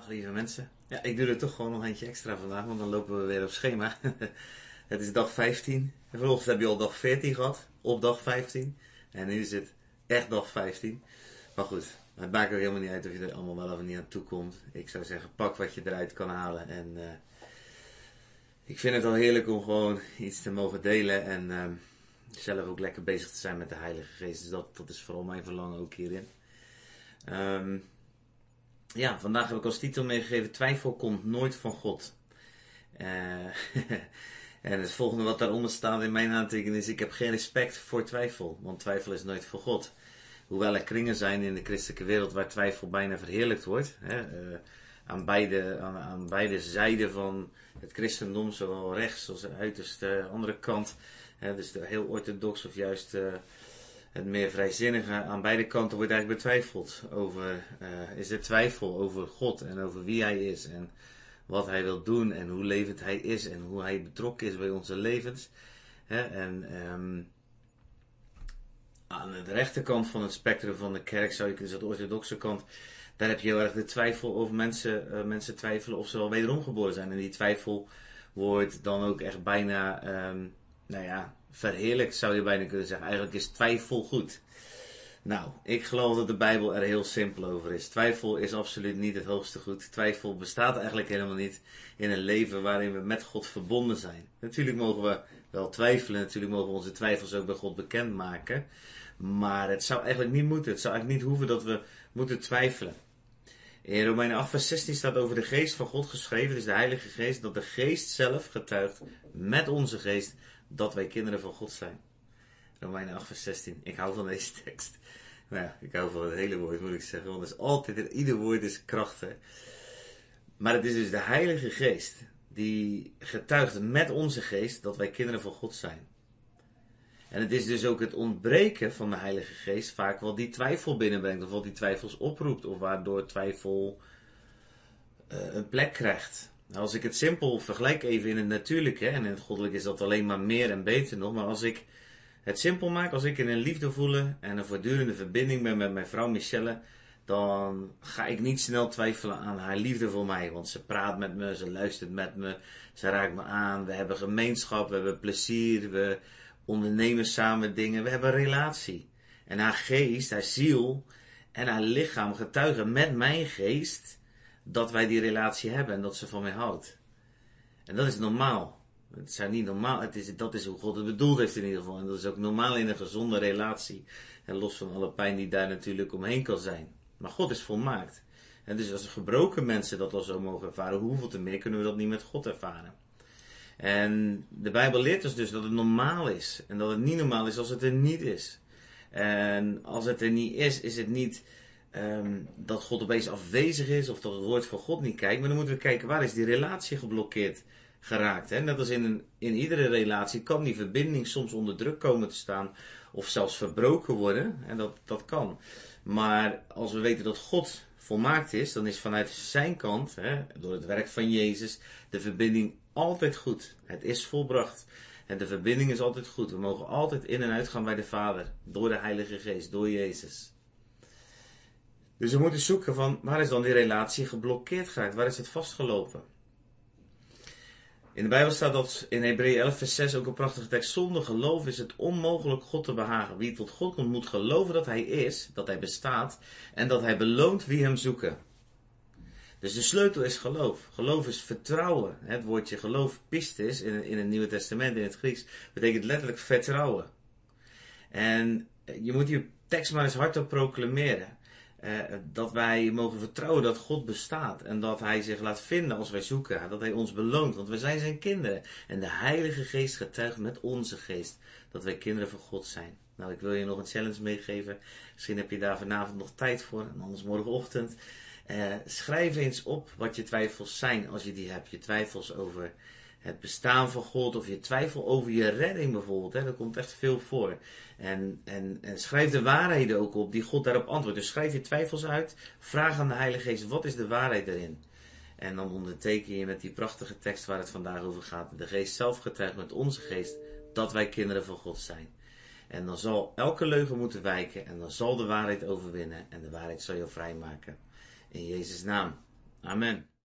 Dag lieve mensen. Ja, ik doe er toch gewoon nog eentje extra vandaag, want dan lopen we weer op schema. Het is dag 15. En vanochtend heb je al dag 14 gehad, op dag 15. En nu is het echt dag 15. Maar goed, het maakt ook helemaal niet uit of je er allemaal wel of niet aan toe komt. Ik zou zeggen, pak wat je eruit kan halen. En ik vind het al heerlijk om gewoon iets te mogen delen. En zelf ook lekker bezig te zijn met de Heilige Geest. Dus dat is vooral mijn verlangen ook hierin. Ja, vandaag heb ik als titel meegegeven: twijfel komt nooit van God. En het volgende wat daaronder staat in mijn aantekening is: ik heb geen respect voor twijfel, want twijfel is nooit voor God. Hoewel er kringen zijn in de christelijke wereld waar twijfel bijna verheerlijkt wordt. Aan beide zijden van het christendom, zowel rechts als uiterst de andere kant. Dus de heel orthodox of juist het meer vrijzinnige. Aan beide kanten wordt eigenlijk betwijfeld over, is er twijfel over God en over wie hij is en wat hij wil doen en hoe levend hij is en hoe hij betrokken is bij onze levens. Aan de rechterkant van het spectrum van de kerk zou je kunnen zeggen, de orthodoxe kant, daar heb je heel erg de twijfel over mensen twijfelen of ze wel wederom geboren zijn. En die twijfel wordt dan ook echt bijna, verheerlijkt zou je bijna kunnen zeggen. Eigenlijk is twijfel goed. Nou, ik geloof dat de Bijbel er heel simpel over is. Twijfel is absoluut niet het hoogste goed. Twijfel bestaat eigenlijk helemaal niet in een leven waarin we met God verbonden zijn. Natuurlijk mogen we wel twijfelen. Natuurlijk mogen we onze twijfels ook bij God bekendmaken. Maar het zou eigenlijk niet moeten. Het zou eigenlijk niet hoeven dat we moeten twijfelen. In Romeinen 8 vers 16 staat over de geest van God geschreven. Dus de Heilige Geest. Dat de geest zelf getuigt met onze geest dat wij kinderen van God zijn. Romeinen 8 vers 16. Ik hou van deze tekst. Nou ja, ik hou van het hele woord, moet ik zeggen. Want het is altijd, ieder woord is krachtig. Maar het is dus de Heilige Geest die getuigt met onze geest dat wij kinderen van God zijn. En het is dus ook het ontbreken van de Heilige Geest vaak wat die twijfel binnenbrengt. Of wat die twijfels oproept. Of waardoor twijfel een plek krijgt. Nou, als ik het simpel vergelijk even in het natuurlijke. En in het goddelijke is dat alleen maar meer en beter nog. Maar als ik het simpel maak, als ik in een liefde voelen en een voortdurende verbinding ben met mijn vrouw Michelle, dan ga ik niet snel twijfelen aan haar liefde voor mij. Want ze praat met me, ze luistert met me, ze raakt me aan, we hebben gemeenschap, we hebben plezier, we ondernemen samen dingen, we hebben een relatie. En haar geest, haar ziel en haar lichaam getuigen met mijn geest dat wij die relatie hebben en dat ze van mij houdt. En dat is normaal. Het is niet normaal, dat is hoe God het bedoeld heeft in ieder geval. En dat is ook normaal in een gezonde relatie. En los van alle pijn die daar natuurlijk omheen kan zijn. Maar God is volmaakt. En dus als gebroken mensen dat al zo mogen ervaren, hoeveel te meer kunnen we dat niet met God ervaren. En de Bijbel leert ons dus dat het normaal is. En dat het niet normaal is als het er niet is. En als het er niet is, is het niet dat God opeens afwezig is of dat het woord van God niet kijkt. Maar dan moeten we kijken, waar is die relatie geblokkeerd geraakt. Hè? Net als in iedere relatie kan die verbinding soms onder druk komen te staan of zelfs verbroken worden. En dat kan. Maar als we weten dat God volmaakt is, dan is vanuit zijn kant, door het werk van Jezus, de verbinding altijd goed. Het is volbracht. En de verbinding is altijd goed. We mogen altijd in en uit gaan bij de Vader. Door de Heilige Geest, door Jezus. Dus we moeten zoeken van, waar is dan die relatie geblokkeerd geraakt? Waar is het vastgelopen? In de Bijbel staat dat in Hebreeën 11 vers 6 ook een prachtige tekst. Zonder geloof is het onmogelijk God te behagen. Wie tot God komt moet geloven dat hij is, dat hij bestaat en dat hij beloont wie hem zoeken. Dus de sleutel is geloof. Geloof is vertrouwen. Het woordje geloof, pistis, in het Nieuwe Testament, in het Grieks, betekent letterlijk vertrouwen. En je moet die tekst maar eens hardop proclameren. Dat wij mogen vertrouwen dat God bestaat. En dat hij zich laat vinden als wij zoeken. Dat hij ons beloont. Want we zijn zijn kinderen. En de Heilige Geest getuigt met onze geest dat wij kinderen van God zijn. Nou, ik wil je nog een challenge meegeven. Misschien heb je daar vanavond nog tijd voor. En anders morgenochtend. Schrijf eens op wat je twijfels zijn als je die hebt. Je twijfels over het bestaan van God. Of je twijfel over je redding bijvoorbeeld. Dat komt echt veel voor. En schrijf de waarheden ook op die God daarop antwoordt. Dus schrijf je twijfels uit. Vraag aan de Heilige Geest, wat is de waarheid erin? En dan onderteken je met die prachtige tekst waar het vandaag over gaat. De Geest zelf getuigt met onze geest dat wij kinderen van God zijn. En dan zal elke leugen moeten wijken. En dan zal de waarheid overwinnen. En de waarheid zal je vrijmaken. In Jezus' naam. Amen.